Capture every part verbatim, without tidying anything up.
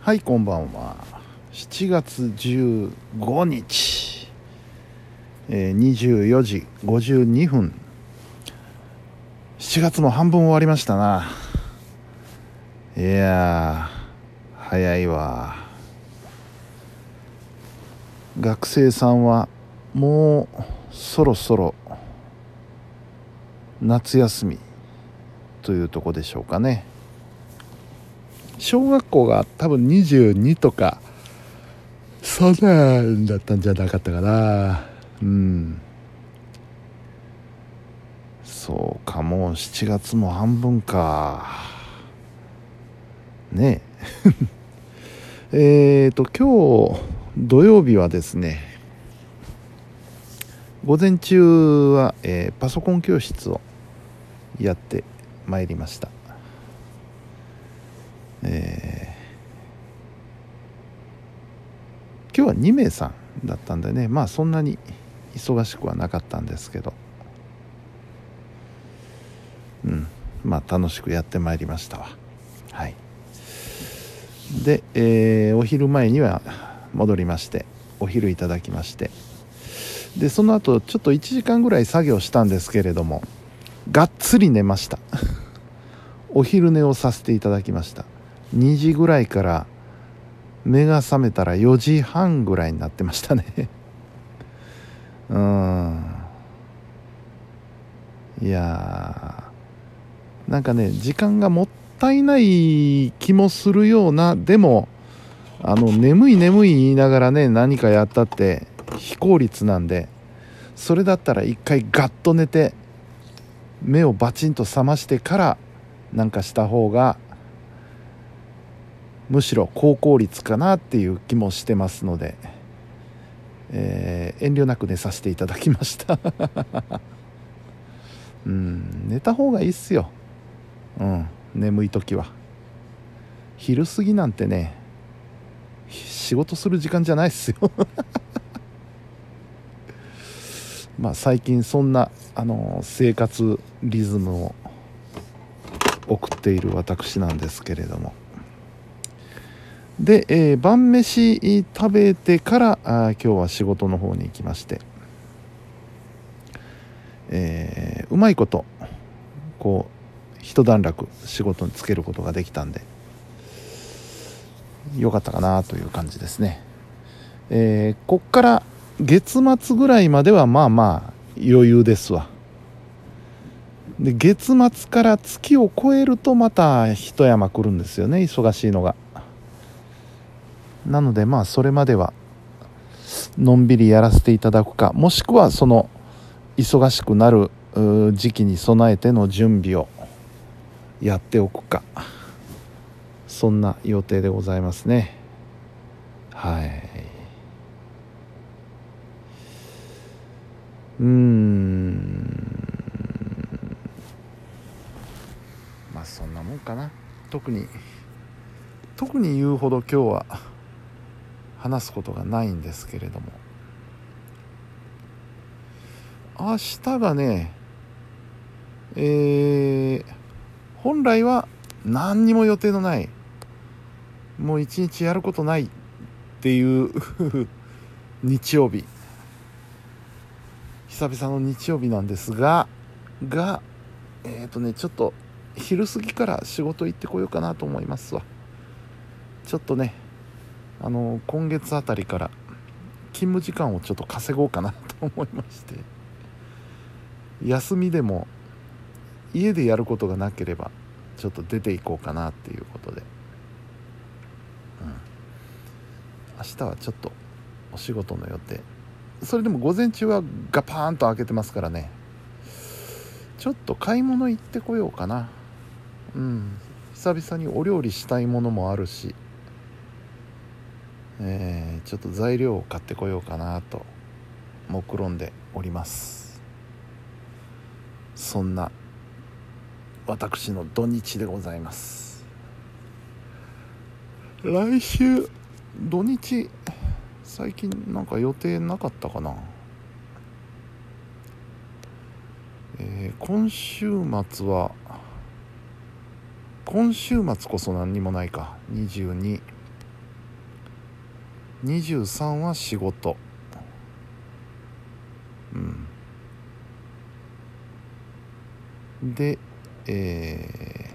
はい、こんばんは。しちがつじゅうごにち、えー、にじゅうよじごじゅうにふん。しちがつも半分終わりましたな。いやー早いわ。学生さんはもうそろそろ夏休みというとこでしょうかね。小学校が多分にじゅうにとかそんなんだったんじゃなかったかな。うんそうか、もうしちがつも半分かねええーと今日土曜日はですね、午前中は、えーパソコン教室をやってまいりました。えー今日はにめいさんだったんでね、まあそんなに忙しくはなかったんですけど、うんまあ楽しくやってまいりましたわ。はい。で、えーお昼前には戻りまして、お昼いただきまして、でその後ちょっといちじかんぐらい作業したんですけれども、がっつり寝ましたお昼寝をさせていただきました。にじぐらいから目が覚めたらよじはんぐらいになってましたねうーんいやーなんかね、時間がもったいない気もするような、でもあの眠い眠い言いながらね、何かやったって非効率なんで、それだったら一回ガッと寝て目をバチンと覚ましてからなんかした方がむしろ高効率かなっていう気もしてますので、えー遠慮なく寝させていただきましたうん寝た方がいいっすよ。うん眠い時は。昼過ぎなんてね、仕事する時間じゃないっすよまあ最近そんなあの生活リズムを送っている私なんですけれども、で、えー晩飯食べてからあ今日は仕事の方に行きまして、えーうまいことこう一段落仕事につけることができたんで良かったかなという感じですね。えーこっから月末ぐらいまではまあまあ余裕ですわ。で月末から月を超えるとまた一山来るんですよね、忙しいのが。なのでまあそれまではのんびりやらせていただくか、もしくはその忙しくなる時期に備えての準備をやっておくか、そんな予定でございますね。はい。うーんまあそんなもんかな。特に特に言うほど今日は話すことがないんですけれども、明日がね、えー、本来は何にも予定のない、もう一日やることないっていう日曜日、久々の日曜日なんですががえっとねちょっと昼過ぎから仕事行ってこようかなと思いますわ。ちょっとね、あの今月あたりから勤務時間をちょっと稼ごうかなと思いまして、休みでも家でやることがなければちょっと出ていこうかなっていうことで、うん、明日はちょっとお仕事の予定、それでも午前中はガパーンと開けてますからね、ちょっと買い物行ってこようかな。うん久々にお料理したいものもあるし、えー、ちょっと材料を買ってこようかなと目論んでおります。そんな私の土日でございます。来週土日最近なんか予定なかったかな。えー、今週末は今週末こそ何にもないか。にじゅうににじゅうさんは仕事。うんでえ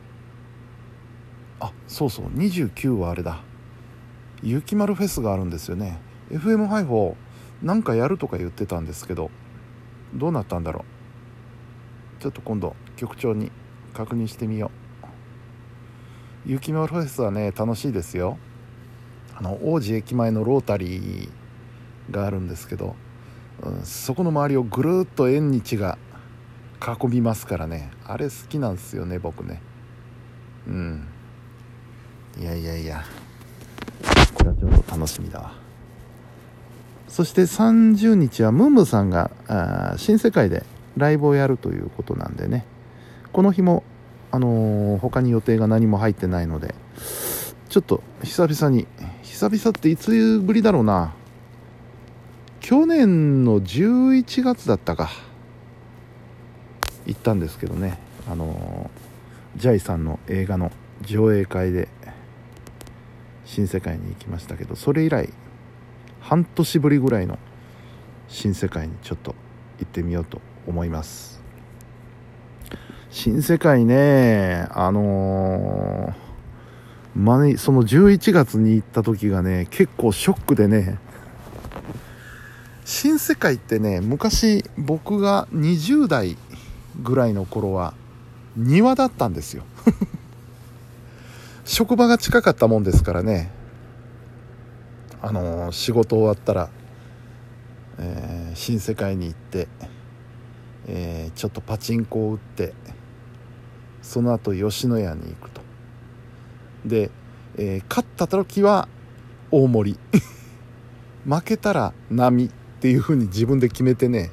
ー、あそうそうにじゅうきゅうはあれだ、ゆきまるフェスがあるんですよね。 エフエム ハイフォーなんかやるとか言ってたんですけど、どうなったんだろう。ちょっと今度局長に確認してみよう。ゆきまるフェスはね楽しいですよ。あの王子駅前のロータリーがあるんですけど、うん、そこの周りをぐるっと縁日が囲みますからね、あれ好きなんですよね僕ね。うんいやいやいや、これはちょっと楽しみだわ。そしてさんじゅうにちはムームーさんがあ新世界でライブをやるということなんでね、この日もあのー、他に予定が何も入ってないので、ちょっと久々に、久々っていつぶりだろうな、去年のじゅういちがつだったか行ったんですけどね、あのー、ジャイさんの映画の上映会で新世界に行きましたけど、それ以来半年ぶりぐらいの新世界にちょっと行ってみようと思います。新世界ね、あのー、まね、そのじゅういちがつに行った時がね結構ショックでね、新世界ってね、昔僕がにじゅう代ぐらいの頃は庭だったんですよ職場が近かったもんですからね、あのー、仕事終わったら、えー、新世界に行って、えー、ちょっとパチンコを打って、その後吉野家に行くと。で、えー、勝った時は大盛り負けたら波っていう風に自分で決めてね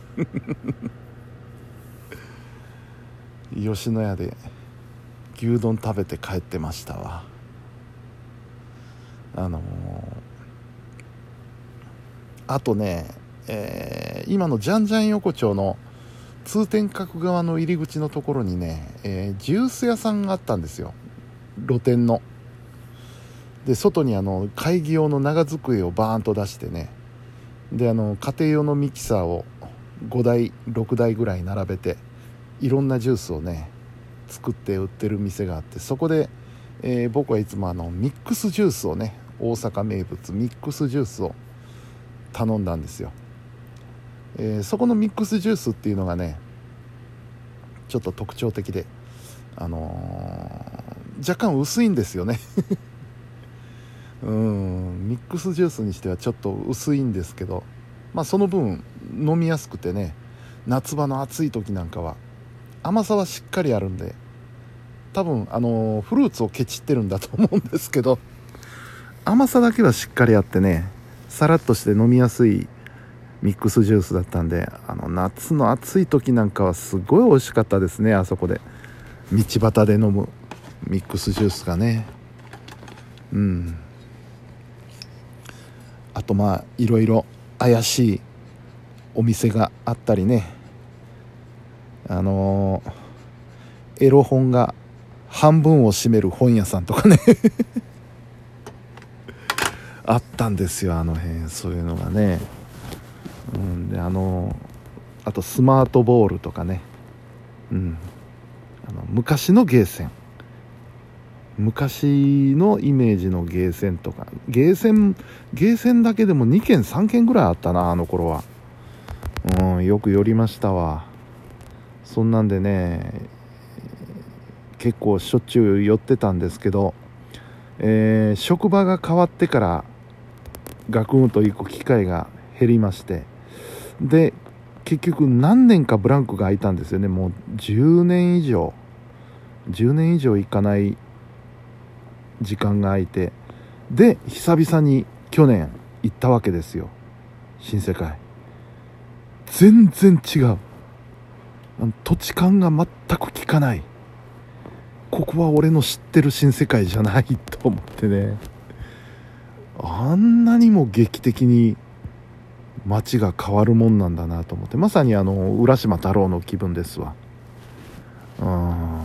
吉野家で牛丼食べて帰ってましたわ。あのー、あとね、えー、今のジャンジャン横丁の通天閣側の入り口のところにね、えー、ジュース屋さんがあったんですよ、露店の。で外にあの会議用の長机をバーンと出してね、であの家庭用のミキサーをごだいろくだいぐらい並べていろんなジュースをね作って売ってる店があって、そこで、えー、僕はいつもあのミックスジュースをね、大阪名物ミックスジュースを頼んだんですよ。えー、そこのミックスジュースっていうのがねちょっと特徴的で、あのー、若干薄いんですよねうんミックスジュースにしてはちょっと薄いんですけど、まあその分飲みやすくてね、夏場の暑い時なんかは甘さはしっかりあるんで、多分あのー、フルーツをケチってるんだと思うんですけど、甘さだけはしっかりあってね、さらっとして飲みやすいミックスジュースだったんで、あの夏の暑い時なんかはすごい美味しかったですね。あそこで道端で飲むミックスジュースがね。うんあとまあいろいろ怪しいお店があったりね、あのー、エロ本が半分を占める本屋さんとかねあったんですよ、あの辺。そういうのがね、うん、であのあとスマートボールとかね、うん、あの昔のゲーセン、昔のイメージのゲーセンとか、ゲーセンゲーセンだけでもにけんさんけんぐらいあったな、あの頃は。うん、よく寄りましたわ。そんなんでね結構しょっちゅう寄ってたんですけど、えー、職場が変わってからガクンと行く機会が減りまして、で結局何年かブランクが空いたんですよね。もうじゅうねん以上じゅうねん以上行かない時間が空いて、で久々に去年行ったわけですよ、新世界。全然違う、土地勘が全く効かない、ここは俺の知ってる新世界じゃないと思ってね、あんなにも劇的に街が変わるもんなんだなと思って、まさにあの浦島太郎の気分ですわ。うん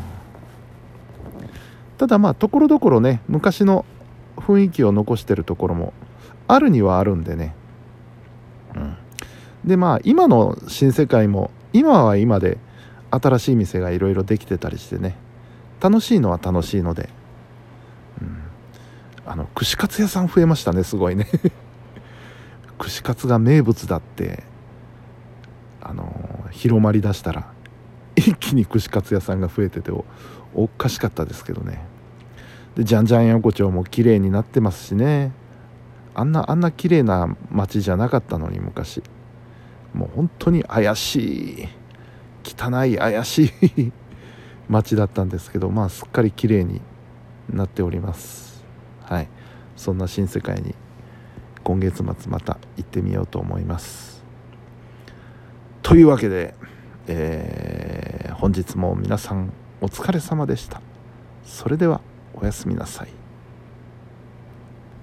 ただまあところどころね昔の雰囲気を残してるところもあるにはあるんでね、うん、でまあ今の新世界も今は今で新しい店がいろいろできてたりしてね、楽しいのは楽しいので、うん、あの串カツ屋さん増えましたね、すごいね串カツが名物だってあのー、広まりだしたら一気に串カツ屋さんが増えてて お, おかしかったですけどね。でじゃんじゃん横丁も綺麗になってますしね、あんなあんな綺麗な街じゃなかったのに昔、もう本当に怪しい汚い怪しい街だったんですけど、まあすっかり綺麗になっております。はい、そんな新世界に今月末また行ってみようと思います。というわけで、えー、本日も皆さんお疲れ様でした。それではおやすみなさい。